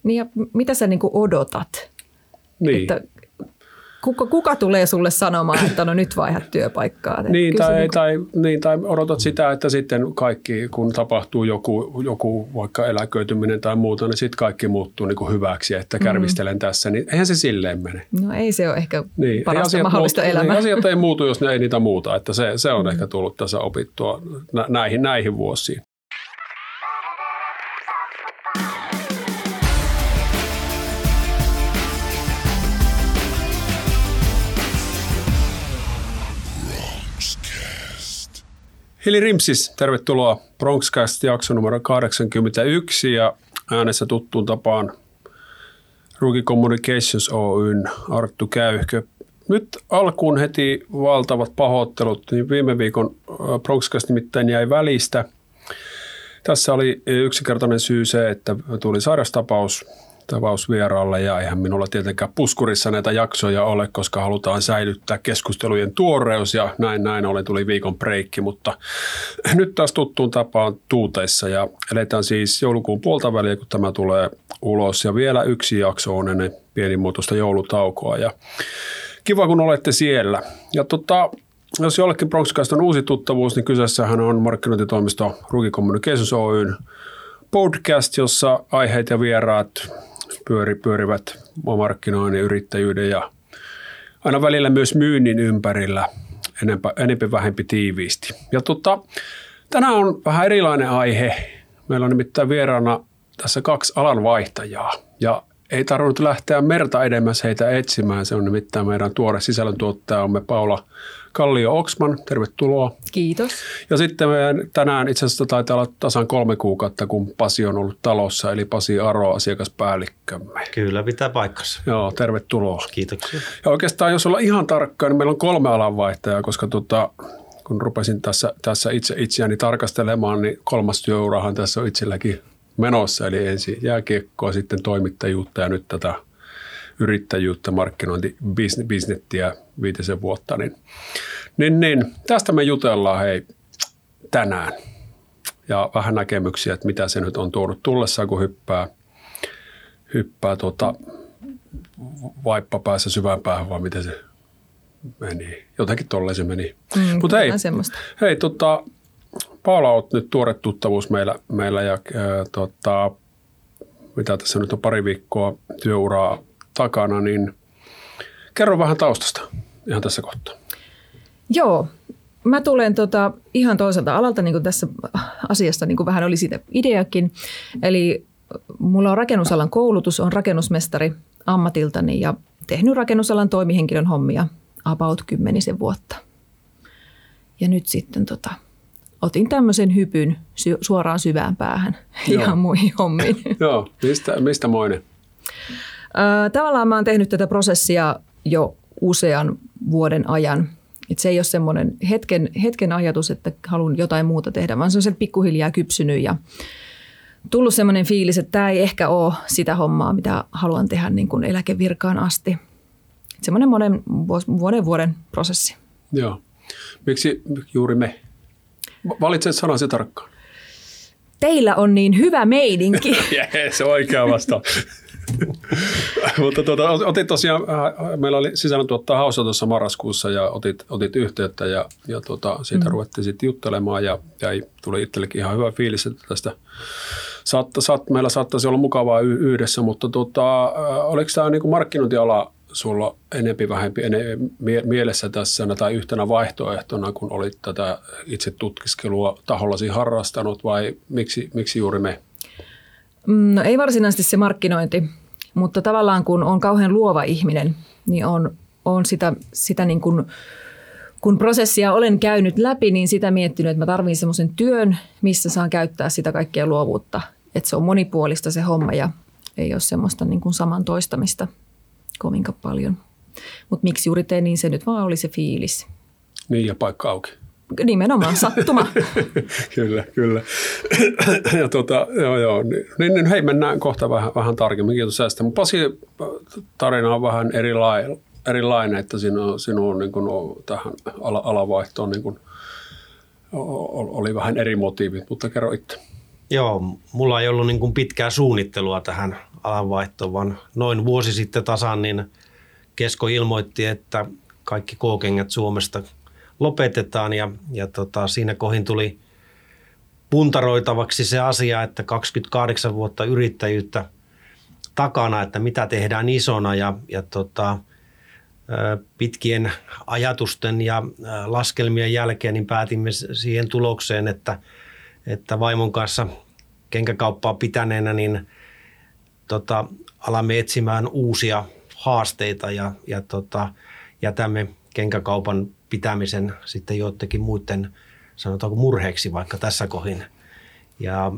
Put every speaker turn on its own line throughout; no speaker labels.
Niin ja mitä sä niin kuin odotat?
Niin.
Että kuka tulee sulle sanomaan, että no nyt vaihdat työpaikkaa?
Tai odotat sitä, että sitten kaikki, kun tapahtuu joku vaikka eläköityminen tai muuta, niin sitten kaikki muuttuu niin kuin hyväksi, että kärvistelen tässä, niin eihän se silleen mene.
No ei se ole ehkä parasta mahdollista elämää.
Niin, asiat ei muutu, jos ne ei niitä muuta, että se on ehkä tullut tässä opittua näihin vuosiin. Hili Rimsis, tervetuloa Bronxcast-jakso numero 81 ja äänessä tuttuun tapaan Rugi Communications Oyn Arttu Käyhkö. Nyt alkuun heti valtavat pahoittelut, niin viime viikon Bronxcast nimittäin jäi välistä. Tässä oli yksinkertainen syy se, että tuli sairastapaus vieraalle ja eihän minulla tietenkään puskurissa näitä jaksoja ole, koska halutaan säilyttää keskustelujen tuoreus ja näin ollen tuli viikon breikki, mutta nyt taas tuttuun tapaan tuuteissa ja eletään siis joulukuun puoltaväliä, kun tämä tulee ulos ja vielä yksi jakso on ennen pienimuotoista joulutaukoa ja kiva, kun olette siellä. Ja jos jollekin Bronxcast on uusi tuttavuus, niin kyseessähän on markkinointitoimisto Rugi Communications Oyn podcast, jossa aiheet ja vieraat pyörivät markkinoinnin, yrittäjyyden ja aina välillä myös myynnin ympärillä enempi vähempi tiiviisti. Ja tänään on vähän erilainen aihe. Meillä on nimittäin vieraana tässä 2 alanvaihtajaa ja ei tarvinnut lähteä merta edemmäs heitä etsimään. Se on nimittäin meidän tuore sisällöntuottajamme Paula Kallio-Oksman. Tervetuloa.
Kiitos.
Ja sitten tänään itse asiassa taitaa olla tasan 3 kuukautta, kun Pasi on ollut talossa, eli Pasi Aro, asiakaspäällikkömme.
Kyllä, pitää paikkansa.
Joo, tervetuloa.
Kiitoksia.
Ja oikeastaan, jos ollaan ihan tarkkaan, niin meillä on 3 alanvaihtajaa, koska kun rupesin tässä itseäni tarkastelemaan, niin 3. työurahan tässä on itselläkin menossa, eli ensin jääkiekkoa, sitten toimittajuutta ja nyt tätä yrittäjyyttä, markkinointibisnettiä 5 vuotta. Niin, tästä me jutellaan tänään ja vähän näkemyksiä, että mitä se nyt on tuonut tullessaan, kun hyppää vaippa päässä syvään päähän, vai miten se meni. Jotenkin tolleen se meni. Mutta hei, Paula, olet nyt tuore tuttavuus meillä ja mitä tässä nyt on 2 viikkoa työuraa takana, niin kerro vähän taustasta ihan tässä kohtaa.
Joo, mä tulen ihan toiselta alalta, niin kuin tässä asiassa niin kuin vähän oli siitä ideakin. Eli mulla on rakennusalan koulutus, on rakennusmestari ammatiltani ja tehnyt rakennusalan toimihenkilön hommia about 10 vuotta. Ja nyt sitten otin tämmöisen hypyn suoraan syvään päähän ihan muihin hommiin.
Joo, mistä moinen?
Tavallaan mä oon tehnyt tätä prosessia jo usean vuoden ajan. Et se ei ole semmoinen hetken ajatus, että haluan jotain muuta tehdä, vaan se on sen pikkuhiljaa kypsynyt ja tullut semmoinen fiilis, että tämä ei ehkä ole sitä hommaa, mitä haluan tehdä niin kuin eläkevirkaan asti. Semmoinen vuoden prosessi.
Joo. Miksi juuri me? Valitset sanan se tarkkaan.
Teillä on niin hyvä meidinki.
Se on oikea vasta. Mutta otit tosiaan, meillä oli sisällöntuottaja haussa tuossa marraskuussa ja otit yhteyttä ja siitä ruvettiin sitten juttelemaan ja tuli itsellekin ihan hyvä fiilis, että tästä meillä saattaisi olla mukavaa yhdessä, mutta oliko tämä niin kuin markkinointiala sulla enempi vähempi mielessä tässä tai yhtenä vaihtoehtona, kun olit tätä itse tutkiskelua tahollasi harrastanut vai miksi juuri me?
No ei varsinaisesti se markkinointi, mutta tavallaan kun on kauhean luova ihminen, niin on sitä niin kuin, kun prosessia olen käynyt läpi, niin sitä miettinyt, että mä tarvitsen semmoisen työn, missä saan käyttää sitä kaikkea luovuutta. Että se on monipuolista se homma ja ei ole semmoista niin kuin saman toistamista kovinkaan paljon. Mutta miksi juuri tein, niin se nyt vaan oli se fiilis.
Niin ja paikka auki.
Nimenomaan sattuma.
Kyllä. Ja joo. Niin hei, mennään kohta vähän tarkemmin. Kiitos tästä. Mutta Pasi tarina on vähän erilainen, että sinun niin kuin, tähän alavaihtoon niin kuin, oli vähän eri motiivit, mutta kerro itse.
Joo, mulla ei ollut niin kuin pitkää suunnittelua tähän alanvaihtoon, vaan noin vuosi sitten tasan, niin Kesko ilmoitti, että kaikki K-kengät Suomesta lopetetaan ja siinä kohin tuli puntaroitavaksi se asia, että 28 vuotta yrittäjyyttä takana, että mitä tehdään isona ja pitkien ajatusten ja laskelmien jälkeen niin päätimme siihen tulokseen, että vaimon kanssa kenkäkauppaa pitäneenä niin alamme etsimään uusia haasteita ja jätämme kenkäkaupan pitämisen sitten joidenkin muiden, sanotaanko murheeksi vaikka tässä kohin. Ja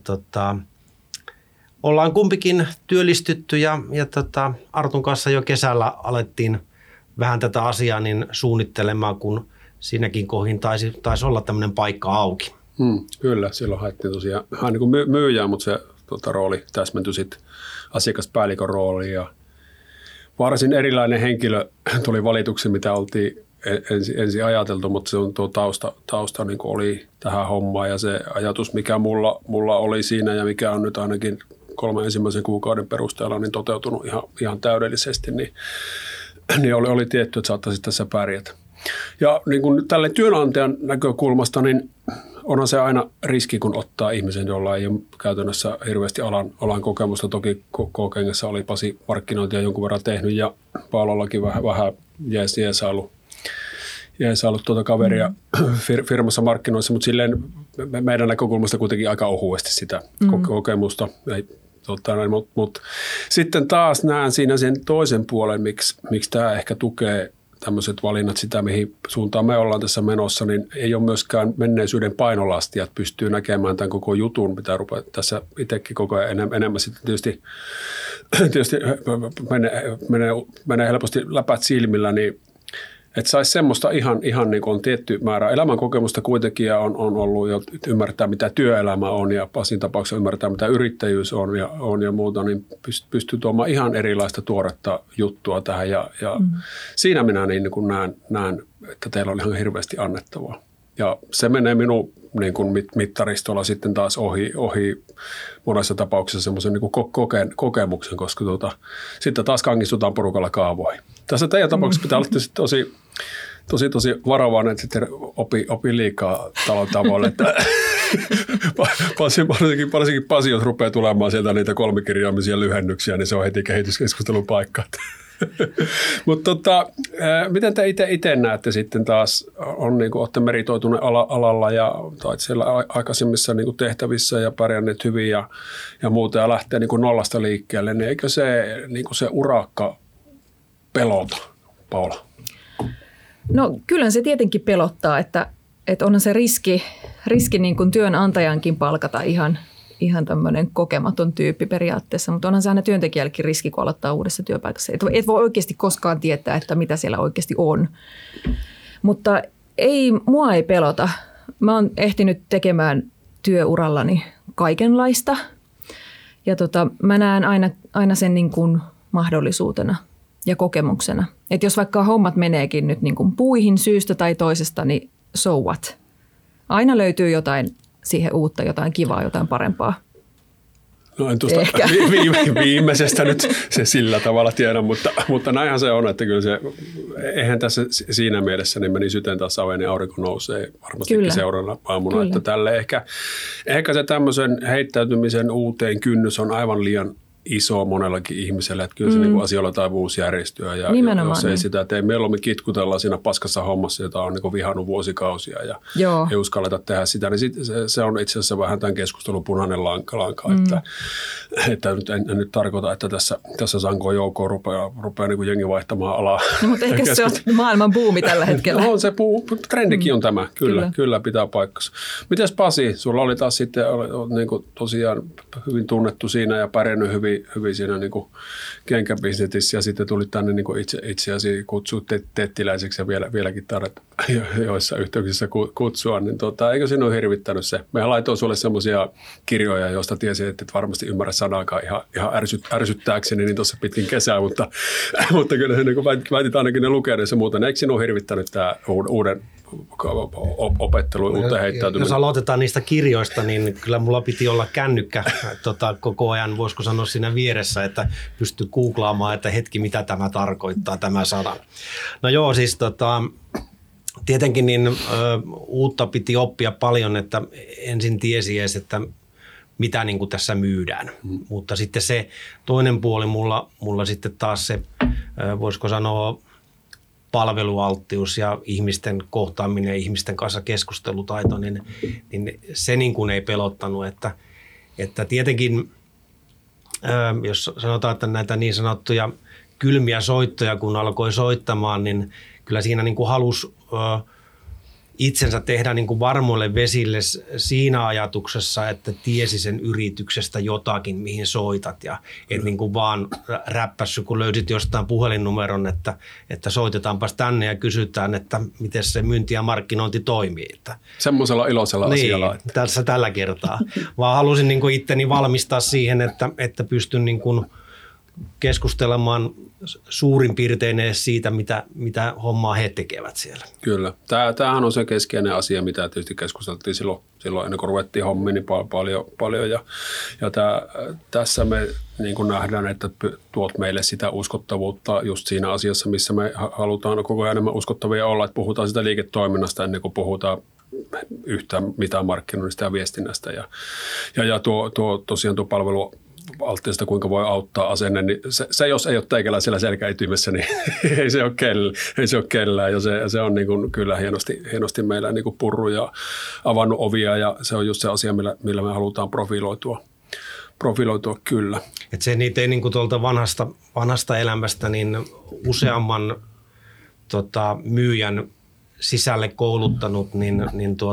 ollaan kumpikin työllistytty ja Artun kanssa jo kesällä alettiin vähän tätä asiaa niin suunnittelemaan, kun siinäkin kohin taisi olla tämmöinen paikka auki.
Kyllä, silloin haettiin tosiaan niin kuin myyjää, mutta se rooli täsmentyi sitten asiakaspäällikön rooliin ja varsin erilainen henkilö tuli valituksi, mitä oltiin ensin ajateltu, mutta se on tuo tausta niin kuin oli tähän hommaan ja se ajatus, mikä mulla oli siinä ja mikä on nyt ainakin 3 ensimmäisen kuukauden perusteella niin toteutunut ihan täydellisesti, niin oli tietty, että saattaisi tässä pärjätä. Ja niin kuin tälle työnantajan näkökulmasta, niin onhan se aina riski, kun ottaa ihmisen, jolla ei ole käytännössä hirveästi alan kokemusta. Toki K-kengessä oli Pasi markkinointia jonkun verran tehnyt ja Paolollakin vähän jeesailut tuota kaveria firmassa markkinoissa, mutta silleen meidän näkökulmasta kuitenkin aika ohuesti sitä kokemusta. Mutta sitten taas näen siinä sen toisen puolen, miksi tämä ehkä tukee tämmöiset valinnat sitä, mihin suuntaan me ollaan tässä menossa, niin ei ole myöskään menneisyyden painolastia, että pystyy näkemään tämän koko jutun, mitä rupeaa tässä itsekin koko ajan enemmän sitten tietysti menee helposti läpät silmillä, niin että saisi semmoista ihan niin kuin on tietty määrä elämänkokemusta kuitenkin ja on ollut jo ymmärtää, mitä työelämä on ja Pasin tapauksessa ymmärtää, mitä yrittäjyys on ja muuta, niin pystyy tuomaan ihan erilaista tuoretta juttua tähän ja siinä minä niin kuin näen, että teillä on ihan hirveästi annettavaa. Ja se menee minun niin kuin mittaristolla sitten taas ohi monessa tapauksessa semmoisen niin kuin kokemuksen, koska sitten taas kangistutaan porukalla kaavoihin. Tässä teidän tapauksessa pitää olla tosi varovainen, että sitten opi liikaa talon tavoille, että varsinkin Pasi, jos rupeaa tulemaan sieltä niitä kolmikirjaamisia lyhennyksiä, niin se on heti kehityskeskustelun paikka. Mutta miten te itse näette sitten taas, niin olette meritoituneet alalla ja siellä aikaisemmissa niin tehtävissä ja pärjänneet hyvin ja muuta ja lähtee niin nollasta liikkeelle, niin eikö se urakka pelota, Paula?
No kyllähän se tietenkin pelottaa, että onhan se riski niin kuin työnantajankin palkata ihan tämmöinen kokematon tyyppi periaatteessa, mutta onhan se aina työntekijällekin riski, kun aloittaa uudessa työpaikassa. Et voi oikeasti koskaan tietää, että mitä siellä oikeasti on. Mutta mua ei pelota. Mä oon ehtinyt tekemään työurallani kaikenlaista ja mä näen aina sen niin kuin mahdollisuutena ja kokemuksena. Että jos vaikka hommat meneekin nyt niin kuin puihin syystä tai toisesta, niin so what? Aina löytyy jotain siihen uutta, jotain kivaa, jotain parempaa.
No en tuosta viimeisestä nyt se sillä tavalla tiedä, mutta näinhän se on, että kyllä se, eihän tässä siinä mielessä, niin meni syteen taas saveen, niin aurinko nousee varmastikin seuraavana aamuna, kyllä. Että tälle ehkä se tämmöisen heittäytymisen uuteen kynnys on aivan liian iso monellakin ihmisellä, että kyllä se niin asioilla taipuvuus järjestyä ja jos ei sitä tee, mieluummin kitkutellaan siinä paskassa hommassa, jota on niin vihannut vuosikausia ja ei uskalleta tehdä sitä, niin se on itse asiassa vähän tämän keskustelun punainen lanka, että en nyt tarkoita, että tässä sankoon joukkoon rupeaa niin kuin jengi vaihtamaan alaa. No,
mutta ehkä se on maailman buumi tällä hetkellä.
No, se trendikin on tämä, kyllä pitää paikkansa. Mites Pasi, sulla oli taas sitten niin kuin tosiaan hyvin tunnettu siinä ja pärjännyt hyvin siinä niin kuin kenkäbisnetissä ja sitten tuli tänne niin kuin itseäsi kutsua tettiläiseksi ja vieläkin tarvitset joissa yhteyksissä kutsua, niin eikö sinua ole hirvittänyt se? Mehän laitoin sulle semmoisia kirjoja, joista tiesin, että et varmasti ymmärrä sanaakaan ihan ärsyttääkseni niin tuossa pitkin kesää, mutta kyllä se niin väitit ainakin ne lukeneessa muuta. Eikö sinua ole hirvittänyt tämä opettelu, uutta heittäytymistä.
Jos aloitetaan niistä kirjoista, niin kyllä mulla piti olla kännykkä koko ajan, voisiko sanoa siinä vieressä, että pystyy googlaamaan, että hetki, mitä tämä tarkoittaa, tämä sana. No joo, siis tietenkin niin, uutta piti oppia paljon, että ensin tiesi edes, että mitä niin kuin tässä myydään. Mutta sitten se toinen puoli mulla sitten taas se, voisiko sanoa, palvelualttius ja ihmisten kohtaaminen, ihmisten kanssa keskustelutaito, niin se niin kuin ei pelottanut. Että tietenkin, jos sanotaan, että näitä niin sanottuja kylmiä soittoja, kun alkoi soittamaan, niin kyllä siinä niin kuin halusi itsensä tehdä niin kuin varmoille vesille siinä ajatuksessa, että tiesi sen yrityksestä jotakin, mihin soitat. Ja et niin kuin vaan räppässy, kun löysit jostain puhelinnumeron, että soitetaanpas tänne ja kysytään, että miten se myynti ja markkinointi toimii.
Semmoisella iloisella asialla.
Tässä tällä kertaa. Vaan halusin niin kuin itteni valmistaa siihen, että pystyn niin kuin keskustelemaan suurin piirtein edes siitä, mitä hommaa he tekevät siellä.
Kyllä. Tämähän on se keskeinen asia, mitä tietysti keskusteltiin silloin ennen kuin ruvettiin hommiin niin paljon. Ja tässä me niin kuin nähdään, että tuot meille sitä uskottavuutta just siinä asiassa, missä me halutaan koko ajan enemmän uskottavia olla, että puhutaan sitä liiketoiminnasta ennen kuin puhutaan yhtään mitään markkinoinnista ja viestinnästä. Ja tosiaan tuo palvelu alttiista, kuinka voi auttaa asenne, niin se jos ei ole teikäläisellä selkäytymessä, niin ei se ole kellään. Ja se on niin kuin kyllä hienosti meillä niin kuin purru ja avannut ovia, ja se on just se asia, millä me halutaan profiloitua kyllä.
Et se niitä ei niin kuin tuolta vanhasta elämästä niin useamman myyjän sisälle kouluttanut, niin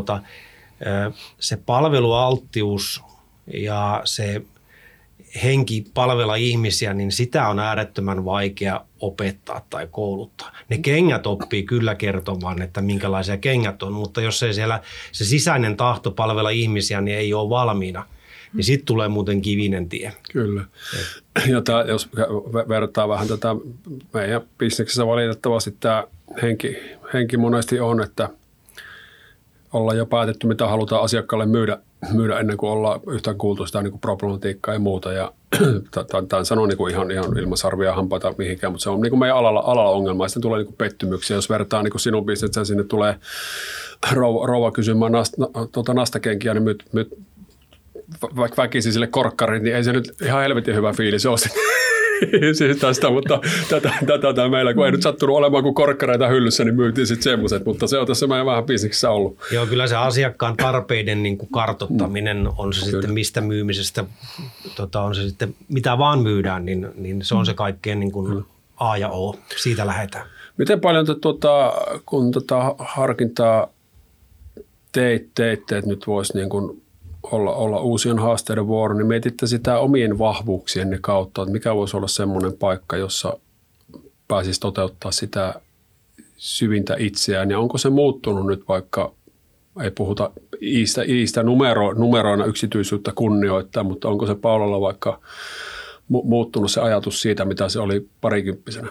se palvelualttius ja se henki palvella ihmisiä, niin sitä on äärettömän vaikea opettaa tai kouluttaa. Ne kengät oppii kyllä kertomaan, että minkälaisia kengät on, mutta jos ei siellä se sisäinen tahto palvella ihmisiä, niin ei ole valmiina, niin sitten tulee muuten kivinen tie.
Kyllä. Ja jos vertaa vähän tätä meidän bisneksessä valitettavasti tämä henki monesti on, että ollaan jo päätetty, mitä halutaan asiakkaalle myydä ennen kuin ollaan yhtään kuultu sitä niin kuin problematiikkaa ja muuta. Ja tämän sanon niin kuin ihan ilman sarvia hampaita mihinkään, mutta se on niin kuin meidän alalla ongelma. Ja sitten tulee niin kuin pettymyksiä. Jos vertaa niin kuin sinun bisneksessä, sinne tulee rouva kysymään nastakenkiä, niin myyt väkisin sille korkkarit, niin ei se nyt ihan helvetin hyvä fiilis ole siis tästä, mutta tätä meillä, kun ei nyt sattunut olemaan kuin korkkareita hyllyssä, niin myytiin sitten semmoiset, mutta se on tässä meidän vähän bisneksessä ollut.
Joo, kyllä se asiakkaan tarpeiden niin kuin kartoittaminen on se sitten mistä myymisestä, on se sitten mitä vaan myydään, niin se on se kaikkein niin kuin A ja O, siitä lähdetään.
Miten paljon kun harkintaa teitte, että nyt voisi niin kuin olla uusien haasteiden vuoro, niin mietitte sitä omien vahvuuksienne kautta, että mikä voisi olla semmoinen paikka, jossa pääsisi toteuttaa sitä syvintä itseään, ja onko se muuttunut nyt, vaikka ei puhuta iistä numeroina yksityisyyttä kunnioittaa, mutta onko se Paulalla vaikka muuttunut se ajatus siitä, mitä se oli parikymppisenä?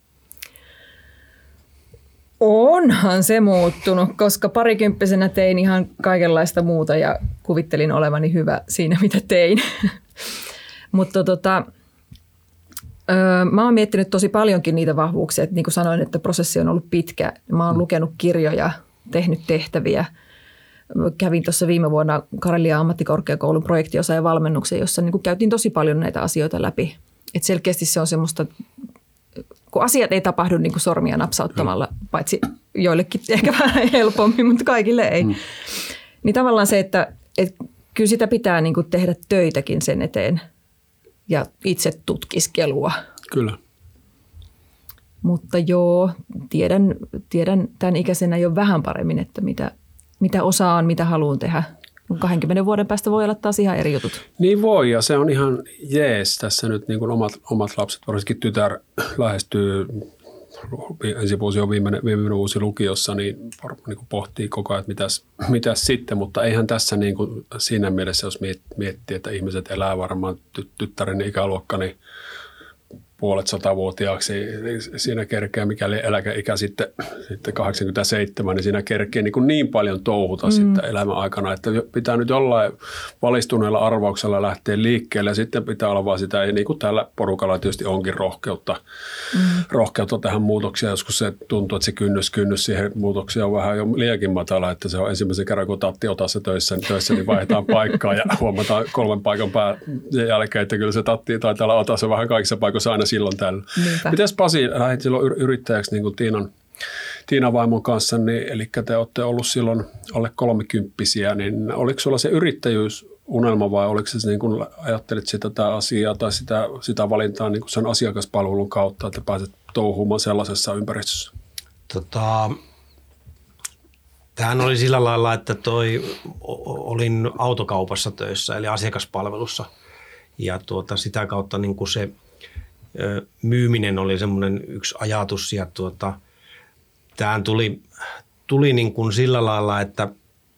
Onhan se muuttunut, koska parikymppisenä tein ihan kaikenlaista muuta ja kuvittelin olevani hyvä siinä, mitä tein. Mutta mä oon miettinyt tosi paljonkin niitä vahvuuksia. Että niin kuin sanoin, että prosessi on ollut pitkä. Mä oon lukenut kirjoja, tehnyt tehtäviä. Kävin tuossa viime vuonna Karelian ammattikorkeakoulun projektiosaajavalmennuksen, jossa niin kuin käytiin tosi paljon näitä asioita läpi. Että selkeästi se on semmoista, kun asiat ei tapahdu niin kuin sormia napsauttamalla, paitsi joillekin ehkä vähän helpommin, mutta kaikille ei. Niin tavallaan se, että kyllä sitä pitää niin kuin tehdä töitäkin sen eteen ja itse tutkiskelua.
Kyllä.
Mutta joo, tiedän tämän ikäisenä jo vähän paremmin, että mitä osaan, mitä haluan tehdä. 20 vuoden päästä voi olla taas ihan eri jutut.
Niin voi, ja se on ihan jees. Tässä nyt niin kuin omat lapset, varsinkin tytär lähestyy, ensi vuosi on viimeinen vuosi lukiossa, niin kuin pohtii koko ajan, että mitäs sitten, mutta eihän tässä niin kuin siinä mielessä, jos miettii, että ihmiset elää varmaan tyttären ikäluokka, niin puolet 100-vuotiaaksi, siinä kerkeä, mikäli eläkeikä sitten 87, niin siinä kerkeä niin paljon touhuta sitten elämän aikana, että pitää nyt jollain valistuneella arvauksella lähteä liikkeelle ja sitten pitää olla vaan sitä, niin kuin tällä porukalla tietysti onkin rohkeutta tähän muutokseen. Joskus se tuntuu, että se kynnys siihen muutokseen on vähän jo liiankin matala, että se on ensimmäisen kerran, kun Tatti otassa töissä, niin vaihdetaan paikkaa ja huomataan 3 paikan sen jälkeen, että kyllä se Tatti taitaa olla otassa vähän kaikissa paikoissa aina silloin tällä. Mites Pasi, lähdit silloin yrittäjäksi niin kuin Tiinan vaimon kanssa, niin, eli te olette ollut silloin alle 30-vuotiaita, niin oliko sulla se yrittäjyysunelma vai oliko se niin kuin ajattelit sitä tätä asiaa tai sitä valintaa niin kuin sen asiakaspalvelun kautta, että pääset touhumaan sellaisessa ympäristössä?
Tämähän oli sillä lailla, että olin autokaupassa töissä eli asiakaspalvelussa ja sitä kautta niin kuin se myyminen oli semmoinen yksi ajatus ja tämähän tuli niin kuin sillä lailla, että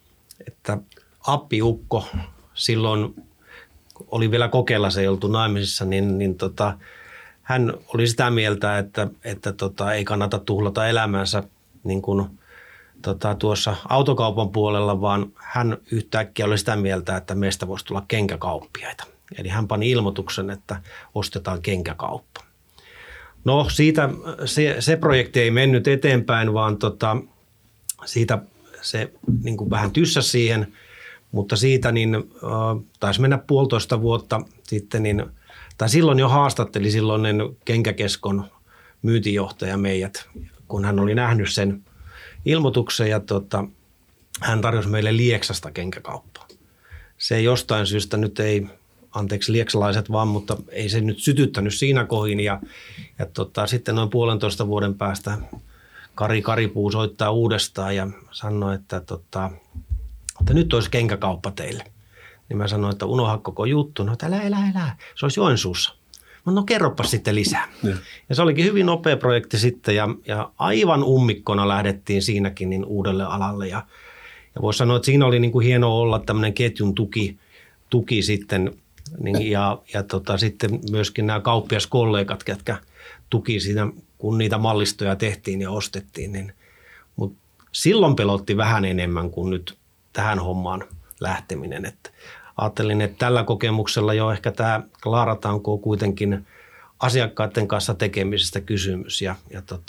appiukko silloin oli vielä kokeilla, se ei oltu naimisissa, niin hän oli sitä mieltä, että ei kannata tuhlata elämänsä niin kuin tuossa autokaupan puolella, vaan hän yhtäkkiä oli sitä mieltä, että meistä voisi tulla kenkäkauppiaita. Eli hän pani ilmoituksen, että ostetaan kenkäkauppa. No siitä se projekti ei mennyt eteenpäin, vaan siitä se niin kuin vähän tyssäsi siihen, mutta siitä niin taisi mennä 1,5 vuotta sitten, tai silloin jo haastatteli silloinen Kenkäkeskon myyntijohtaja meidät, kun hän oli nähnyt sen ilmoituksen ja hän tarjosi meille Lieksasta kenkäkauppaa. Se ei jostain syystä nyt ei, anteeksi lieksalaiset vaan, mutta ei se nyt sytyttänyt siinä kohin ja sitten noin 1,5 vuoden päästä Kari Karipuu soittaa uudestaan ja sanoi, että nyt olisi kenkäkauppa teille. Niin mä sanoin, että unohda koko juttu. No älä. Se olisi Joensuussa. No kerropas sitten lisää. Ja se olikin hyvin nopea projekti sitten ja aivan ummikkona lähdettiin siinäkin niin uudelle alalle. Ja voisi sanoa, että siinä oli niin kuin hienoa olla tämmöinen ketjun tuki sitten niin, ja sitten myöskin nämä kauppiaskollegat, ketkä tuki siinä, kun niitä mallistoja tehtiin ja ostettiin. Mutta silloin pelotti vähän enemmän kuin nyt tähän hommaan lähteminen. Että ajattelin, että tällä kokemuksella jo ehkä tämä klaarataan, kun on kuitenkin asiakkaiden kanssa tekemisestä kysymys ja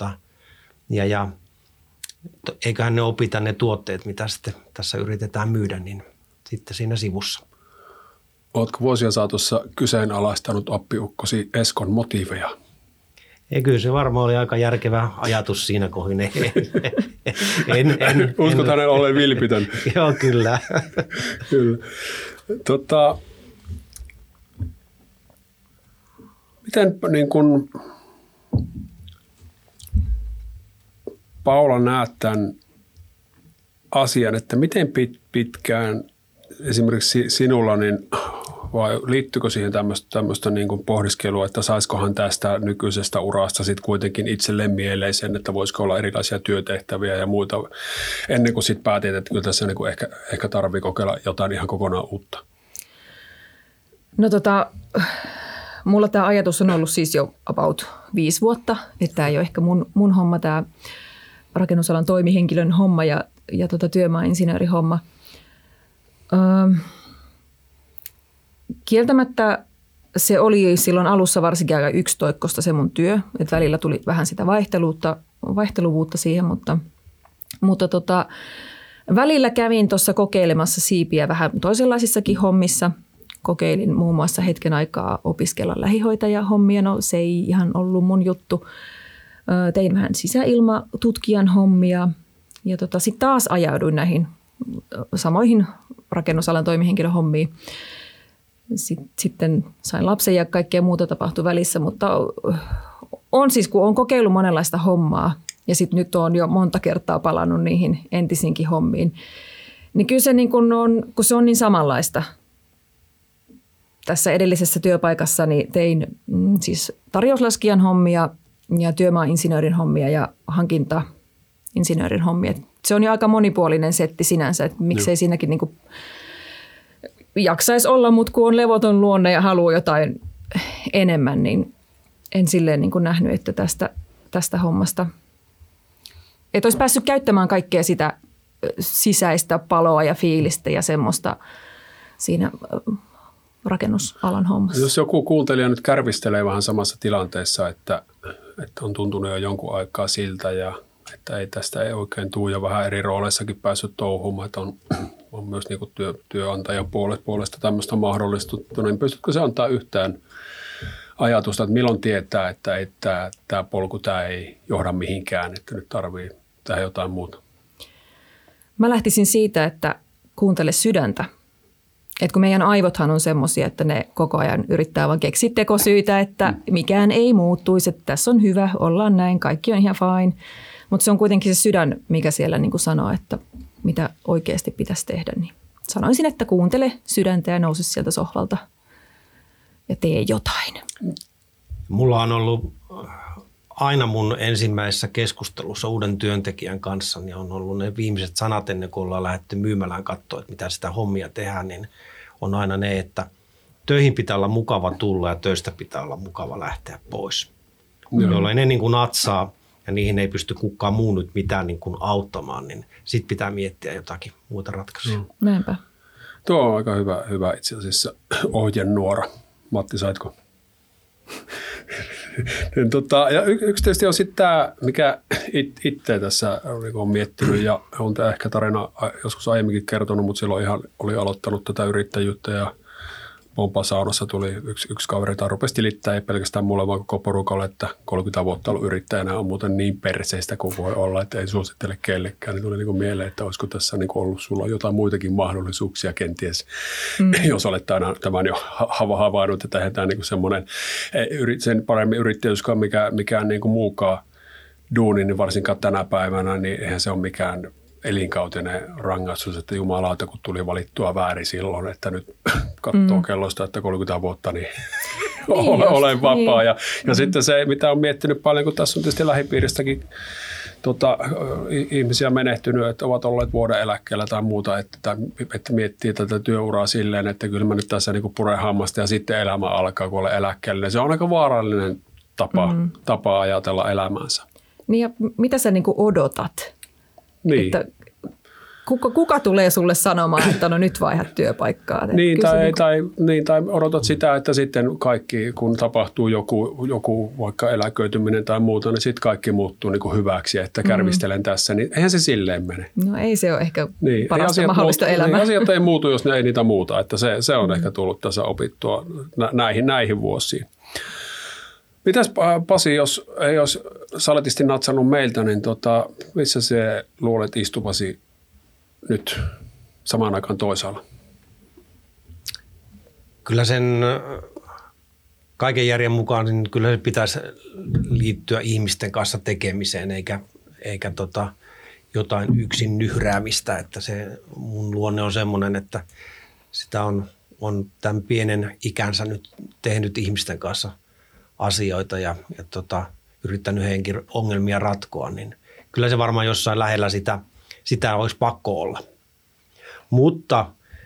eiköhän ne opita ne tuotteet, mitä sitten tässä yritetään myydä, niin sitten siinä sivussa.
Oletko vuosien saatossa kyseenalaistanut appiukkosi Eskon motiiveja?
Ei, kyllä se varmaan oli aika järkevä ajatus siinä kohdin.
Uskot hänellä olleen vilpitön?
Joo, kyllä.
Kyllä. Miten niin kun, Paula, näet tämän asian, että miten pitkään esimerkiksi sinulla, niin, vai liittyykö siihen tämmöistä niin kuin pohdiskelua, että saisikohan tästä nykyisestä urasta sitten kuitenkin itselleen mieleen sen, että voisiko olla erilaisia työtehtäviä ja muita, ennen kuin sitten päätit, että kyllä tässä niin kuin ehkä tarvitsee kokeilla jotain ihan kokonaan uutta?
No mulla tämä ajatus on ollut siis jo about 5 vuotta, että tämä ei ole ehkä mun homma, tämä rakennusalan toimihenkilön homma ja työmaainsinöörihomma. Kieltämättä se oli silloin alussa varsinkin aika yksitoikkoista se mun työ, että välillä tuli vähän sitä vaihteluvuutta siihen, mutta välillä kävin tuossa kokeilemassa siipiä vähän toisenlaisissakin hommissa. Kokeilin muun muassa hetken aikaa opiskella lähihoitajahommia, no se ei ihan ollut mun juttu. Tein vähän sisäilmatutkijan hommia ja sitten taas ajauduin näihin samoihin rakennusalan toimihenkilön hommiin. Sitten sain lapsen ja kaikkea muuta tapahtui välissä, mutta on siis, kun olen kokeillut monenlaista hommaa ja sitten nyt olen jo monta kertaa palannut niihin entisinkin hommiin, niin kyllä se niin kun se on niin samanlaista. Tässä edellisessä työpaikassani tein siis tarjouslaskijan hommia ja työmaainsinöörin hommia ja hankintainsinöörin hommia. Se on jo aika monipuolinen setti sinänsä, että miksei siinäkin niin kuin jaksaisi olla, mutta kun on levoton luonne ja haluaa jotain enemmän, niin en silleen niin kuin nähnyt, että tästä hommasta, että olisi päässyt käyttämään kaikkea sitä sisäistä paloa ja fiilistä ja semmoista siinä rakennusalan hommassa.
Jos joku kuuntelija nyt kärvistelee vähän samassa tilanteessa, että on tuntunut jo jonkun aikaa siltä ja että tästä ei oikein tule ja vähän eri rooleissakin päässyt touhumaan, että on myös niin kuin työnantajan puolesta tämmöistä mahdollistettu, niin pystytkö se antaa yhtään ajatusta, että milloin tietää, että tämä polku tämä ei johda mihinkään, että nyt tarvii tehdä jotain muuta?
Mä lähtisin siitä, että kuuntele sydäntä. Et kun meidän aivothan on semmoisia, että ne koko ajan yrittää vaan keksiä tekosyitä, että mikään ei muuttuisi, että tässä on hyvä, ollaan näin, kaikki on ihan fine. Mutta se on kuitenkin se sydän, mikä siellä niin kuin sanoo, että mitä oikeasti pitäisi tehdä. Niin sanoisin, että kuuntele sydäntä ja nouse sieltä sohvalta ja tee jotain.
Mulla on ollut aina mun ensimmäisessä keskustelussa uuden työntekijän kanssa, niin on ollut ne viimeiset sanat ennen kuin ollaan lähdetty myymälään katsoa, että mitä sitä hommia tehdään, niin on aina ne, että töihin pitää olla mukava tulla ja töistä pitää olla mukava lähteä pois. Jolloin ne niin kuin natsaa ja niihin ei pysty kukaan muu nyt mitään niin kuin auttamaan, niin sit pitää miettiä jotakin muuta ratkaisuja.
Näinpä.
Tuo on aika hyvä itse asiassa ohjenuora. Matti, saitko? Ja yksi tietysti on sitten tämä, mikä itse tässä on miettinyt ja on tämä ehkä tarina joskus aiemminkin kertonut, mutta silloin ihan oli aloittanut tätä yrittäjyyttä ja Pompasaunassa tuli yksi kaveri, jota rupesi tilittää, ei pelkästään mulle, vaan koko porukalle, että 30 vuotta ollut yrittäjänä on muuten niin perseistä kuin voi olla, että ei suosittele kellekään. Niin tuli niin kuin mieleen, että olisiko tässä niin kuin ollut sulla jotain muitakin mahdollisuuksia kenties, jos olet aina tämän jo havainnut, että eihän tämä niin kuin semmoinen sen paremmin yrittäjyys kuin mikään niin kuin muukaan duuni, niin varsinkaan tänä päivänä, niin eihän se ole mikään elinkautinen rangaistus, että jumalauta, kun tuli valittua väärin silloin, että nyt katsoo kellosta, että 30 vuotta, niin olen vapaa. Niin. Ja sitten se, mitä on miettinyt paljon, kun tässä on tietysti lähipiiristäkin ihmisiä menehtynyt, että ovat olleet vuoden eläkkeellä tai muuta, että miettii tätä työuraa silleen, että kyllä mä nyt tässä niin kuin puren hammasta ja sitten elämä alkaa, kun olen eläkkeellä. Se on aika vaarallinen tapa ajatella elämäänsä.
Niin ja mitä sä niin kuin odotat?
Niin.
Että kuka tulee sulle sanomaan, että no nyt vaihdat työpaikkaa?
Tai odotat sitä, että sitten kaikki, kun tapahtuu joku vaikka eläköityminen tai muuta, niin sitten kaikki muuttuu niin kuin hyväksi, että kärvistelen tässä, niin eihän se silleen mene.
No ei se ole ehkä parasta mahdollista elämää.
Niin, asiat ei muutu, jos ne ei niitä muuta, että se on ehkä tullut tässä opittua näihin vuosiin. Mitäs Pasi, jos ei olisi saletisti natsannut meiltä, niin missä se luulet istuvasi nyt samaan aikaan toisaalla?
Kyllä sen kaiken järjen mukaan niin kyllä se pitäisi liittyä ihmisten kanssa tekemiseen eikä jotain yksin nyhräämistä. Että se mun luonne on semmoinen, että sitä on tämän pienen ikänsä nyt tehnyt ihmisten kanssa asioita ja yrittänyt heidänkin ongelmia ratkoa, niin kyllä se varmaan jossain lähellä sitä olisi pakko olla. Mutta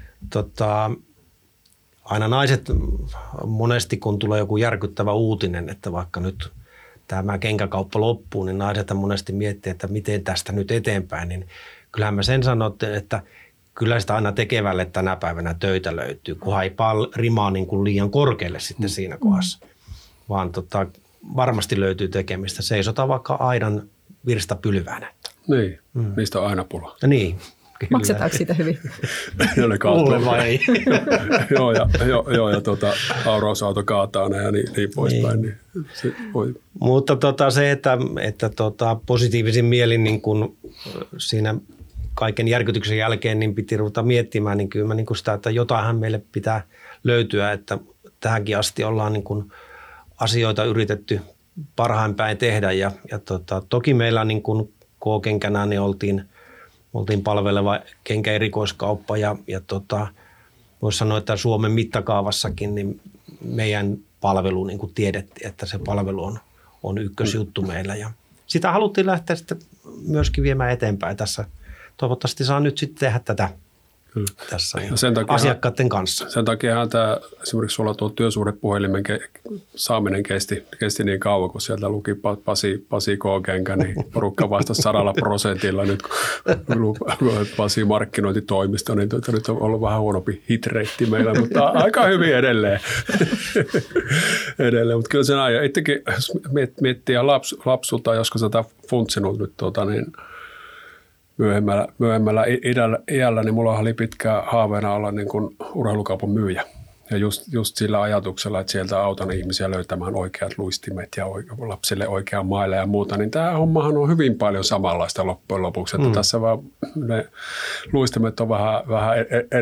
aina naiset monesti, kun tulee joku järkyttävä uutinen, että vaikka nyt tämä kenkäkauppa loppuu, niin naiset monesti miettii, että miten tästä nyt eteenpäin, niin kyllähän mä sen sanon, että kyllä sitä aina tekevälle tänä päivänä töitä löytyy, kunhan ei rimaa niin kuin liian korkealle sitten siinä kohdassa. Vaan varmasti löytyy tekemistä. Seisotaan vaikka aidan virstapylväänä.
Niin, niistä on aina pula.
Niin.
Kyllä. Maksetaanko siitä hyvin?
Mulle vai ei?
Joo, ja aurausauto kaataa ne ja niin poispäin. Niin. Voi.
Mutta se, että positiivisin mielin niin kun siinä kaiken järkytyksen jälkeen niin piti ruveta miettimään, niin kyllä mä niin sitä, että jotainhan meille pitää löytyä, että tähänkin asti ollaan niin kun asioita yritetty parhain päin tehdä ja toki meillä niin kuin K-kenkänä niin oltiin palveleva kenkäerikoiskauppa ja voisi sanoa, että Suomen mittakaavassakin niin meidän palvelu niin kuin tiedettiin, että se palvelu on ykkösjuttu meillä ja sitä haluttiin lähteä sitten myöskin viemään eteenpäin tässä. Toivottavasti saa nyt sitten tehdä tätä tässä
asiakkaiden
kanssa.
Sen takiahan tämä esimerkiksi sulla tuo työsuhdepuhelimen saaminen kesti niin kauan, kun sieltä luki Pasi K-kenkä, niin porukka vastasi 100%. Nyt kun Pasi markkinointitoimisto, niin nyt on ollut vähän huonompi hitreitti meillä, mutta aika hyvin edelleen. Mutta kyllä sen ajan, itsekin miettii lapsulta, joskus tätä funtsinut nyt niin myöhemmällä iällä, niin mulla oli pitkään haaveena olla niin kuin urheilukaupan myyjä. Ja just sillä ajatuksella, että sieltä autan ihmisiä löytämään oikeat luistimet ja lapsille oikean maille ja muuta, niin tämä hommahan on hyvin paljon samanlaista loppujen lopuksi. Että tässä vaan ne luistimet on vähän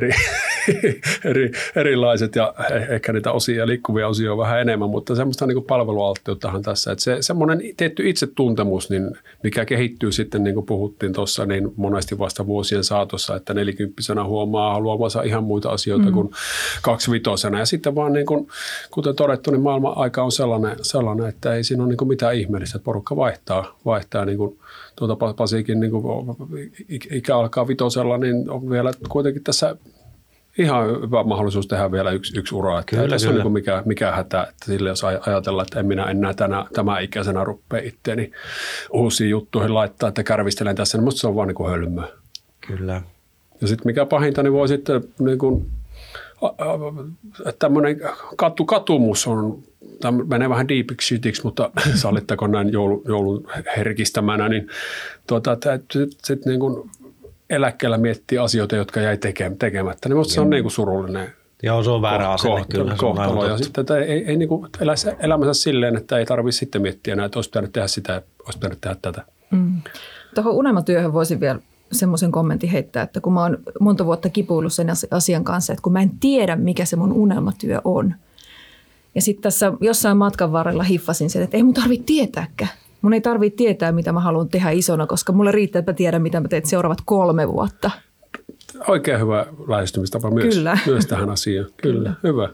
erilaiset ja ehkä niitä osia, liikkuvia osia on vähän enemmän, mutta semmoista niin kuin palvelualtteuttahan tässä. Että se semmoinen tietty itsetuntemus, niin mikä kehittyy sitten, niin kuin puhuttiin tuossa, niin monesti vasta vuosien saatossa, että 40-vuotiaana huomaa haluamansa ihan muita asioita kuin 25. Ja sitten vaan, niin kuin, kuten todettu, niin maailman aika on sellainen, että ei siinä ole niin kuin mitään ihmeellistä, että porukka vaihtaa niin kuin Pasikin niin kuin ikä alkaa 5, niin on vielä kuitenkin tässä ihan hyvä mahdollisuus tehdä vielä yksi ura. Että kyllä, tässä on niin kuin mikä hätä, että sille jos ajatellaan, että en minä enää tämän ikäisenä rupea itseäni uusiin juttuihin laittaa, että kärvistelen tässä, niin minusta se on vaan niin kuin hölmöä.
Kyllä.
Ja sitten mikä pahinta, niin voi sitten niin kuin tämmöinen katumus on, menee vähän deepiksi shitiksi, mutta sallittako näin joulun herkistämänä, niin sitten niin kuin eläkkeellä miettii asioita, jotka jäi tekemättä, niin minusta se on niin kuin surullinen.
Joo, se on väärä asenne kyllä.
Kohtalo. Ja sitten ei niin kuin elä elämänsä silleen, että ei tarvitse sitten miettiä enää, että olisi pitänyt tehdä sitä, olisi pitänyt tehdä tätä.
Tuohon unelmatyöhön voisin vielä semmoisen kommentin heittää, että kun mä oon monta vuotta kipuillut sen asian kanssa, että kun mä en tiedä, mikä se mun unelmatyö on. Ja sitten tässä jossain matkan varrella hiffasin sen, että ei mun tarvitse tietääkään. Mun ei tarvitse tietää, mitä mä haluan tehdä isona, koska mulle riittää, että mä tiedän, mitä mä teen seuraavat 3 vuotta.
Oikein hyvä lähestymistapa myös tähän asiaan. Kyllä, hyvä.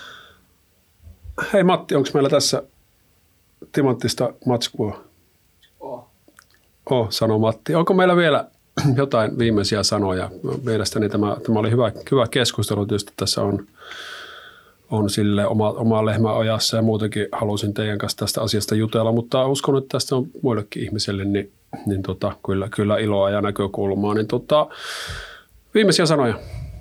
Hei Matti, onko meillä tässä timanttista matskua? Sanoo Matti. Onko meillä vielä jotain viimeisiä sanoja? Mielestäni tämä oli hyvä keskustelu. Tietysti tässä on sille oma lehmä ojassa ja muutenkin halusin teidän kanssa tästä asiasta jutella, mutta uskon, että tästä on muillekin ihmisille niin kyllä iloa ja näkökulmaa. Niin viimeisiä sanoja.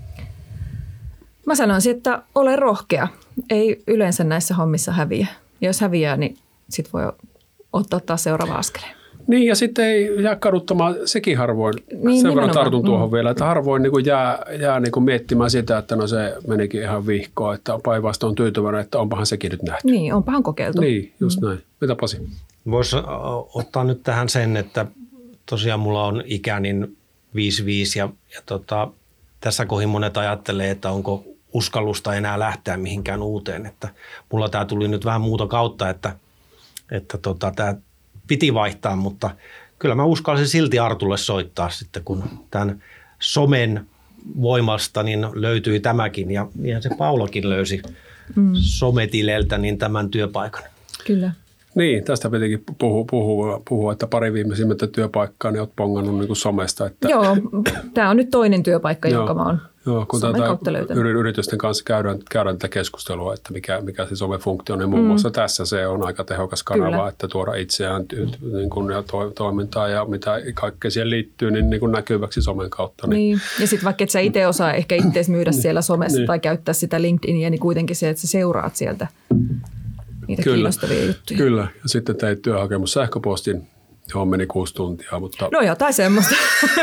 Mä sanoisin, että ole rohkea. Ei yleensä näissä hommissa häviä. Ja jos häviää, niin sit voi ottaa taas seuraava askeleen.
Niin, ja sitten ei jää kaduttamaan, sekin harvoin, niin, sen verran tartun tuohon vielä, että harvoin niin kuin jää niin kuin miettimään sitä, että no se menikin ihan vihkoon, että päinvastoin on tyytyväinen, että onpahan sekin nyt nähty.
Niin, onpahan kokeiltu.
Niin, just näin. Mitä Pasi?
Voisi ottaa nyt tähän sen, että tosiaan mulla on ikä niin 55 ja tässä kohin monet ajattelee, että onko uskallusta enää lähteä mihinkään uuteen, että mulla tämä tuli nyt vähän muuta kautta, että tämä piti vaihtaa, mutta kyllä mä uskalsin silti Artulle soittaa sitten, kun tämän somen voimasta niin löytyi tämäkin ja se Paulakin löysi sometileltä niin tämän työpaikan.
Kyllä.
Niin, tästä pitikin puhua, että pari viimeisimmättä työpaikkaa niin olet pongannut niin kuin somesta. Että
Joo, tämä on nyt toinen työpaikka, jonka mä oon
kun
somen kautta löytänyt.
Yritysten kanssa käydään tätä keskustelua, että mikä se somefunktio on, niin muun muassa tässä se on aika tehokas kanava, Kyllä. että tuoda itseään niin kuin, ja toimintaa ja mitä kaikkea siihen liittyy niin kuin näkyväksi somen kautta.
Niin. Ja sitten vaikka et sä itse osaa ehkä itseäsi myydä siellä somessa tai käyttää sitä LinkedInia, niin kuitenkin se, että sä seuraat sieltä niitä kiinnostavia juttuja. Kyllä,
ja sitten teit työhakemus sähköpostin, johon meni 6 tuntia. Mutta
no jotain semmoista.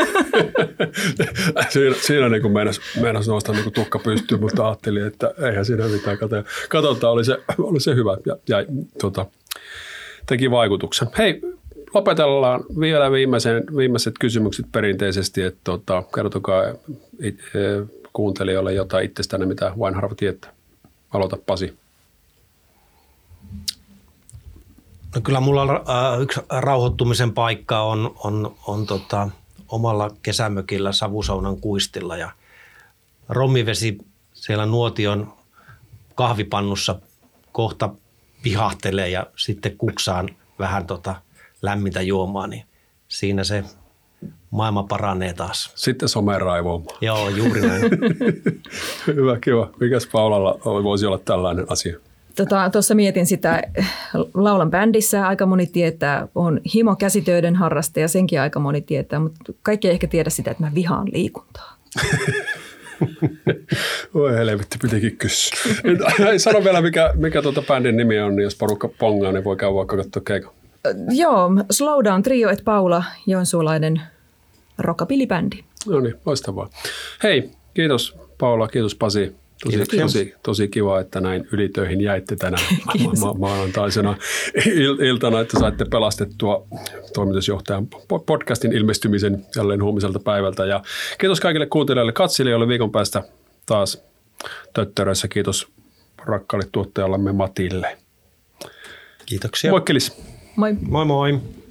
siinä niin kuin meinasi nostaa niin kuin tukka pystyyn, mutta ajattelin, että eihän siinä mitään. Katsotaan, oli se hyvä ja teki vaikutuksen. Hei, lopetellaan vielä viimeiset kysymykset perinteisesti, että kertokaa kuuntelijoille jotain itsestänne, mitä vain harva tietää. Aloita Pasi.
No kyllä mulla yksi rauhoittumisen paikka on omalla kesämökillä Savusaunan kuistilla ja rommivesi siellä nuotion kahvipannussa kohta pihahtelee ja sitten kuksaan vähän lämmintä juomaa, niin siinä se maailma paranee taas.
Sitten someen raivoamaan.
Joo, juuri näin.
Hyvä, kiva. Mikäs Paulalla voisi olla tällainen asia?
Tuossa mietin sitä, laulan bändissä aika moni tietää, on himo käsitöiden harrastaja, senkin aika moni tietää, mutta kaikki ei ehkä tiedä sitä, että mä vihaan liikuntaa.
Voi helvetti, pitikin kysyä. Sano vielä, mikä bändin nimi on, niin jos porukka pongaa, niin voi käydä vaikka katsoa keikan.
Joo, Slowdown Trio et Paula, joensuulainen rockabilly-bändi.
No niin, loistavaa. Hei, kiitos Paula, kiitos Pasi. Tosi kiva, että näin ylitöihin jäitte tänä maanantaisena iltana, että saitte pelastettua toimitusjohtajan podcastin ilmestymisen jälleen huomiselta päivältä. Ja kiitos kaikille kuuntelijoille, katselijoille viikon päästä taas töttöröissä. Kiitos rakkaalle tuottajallamme Matille.
Kiitoksia.
Moikkelis.
Moi.
Moi moi.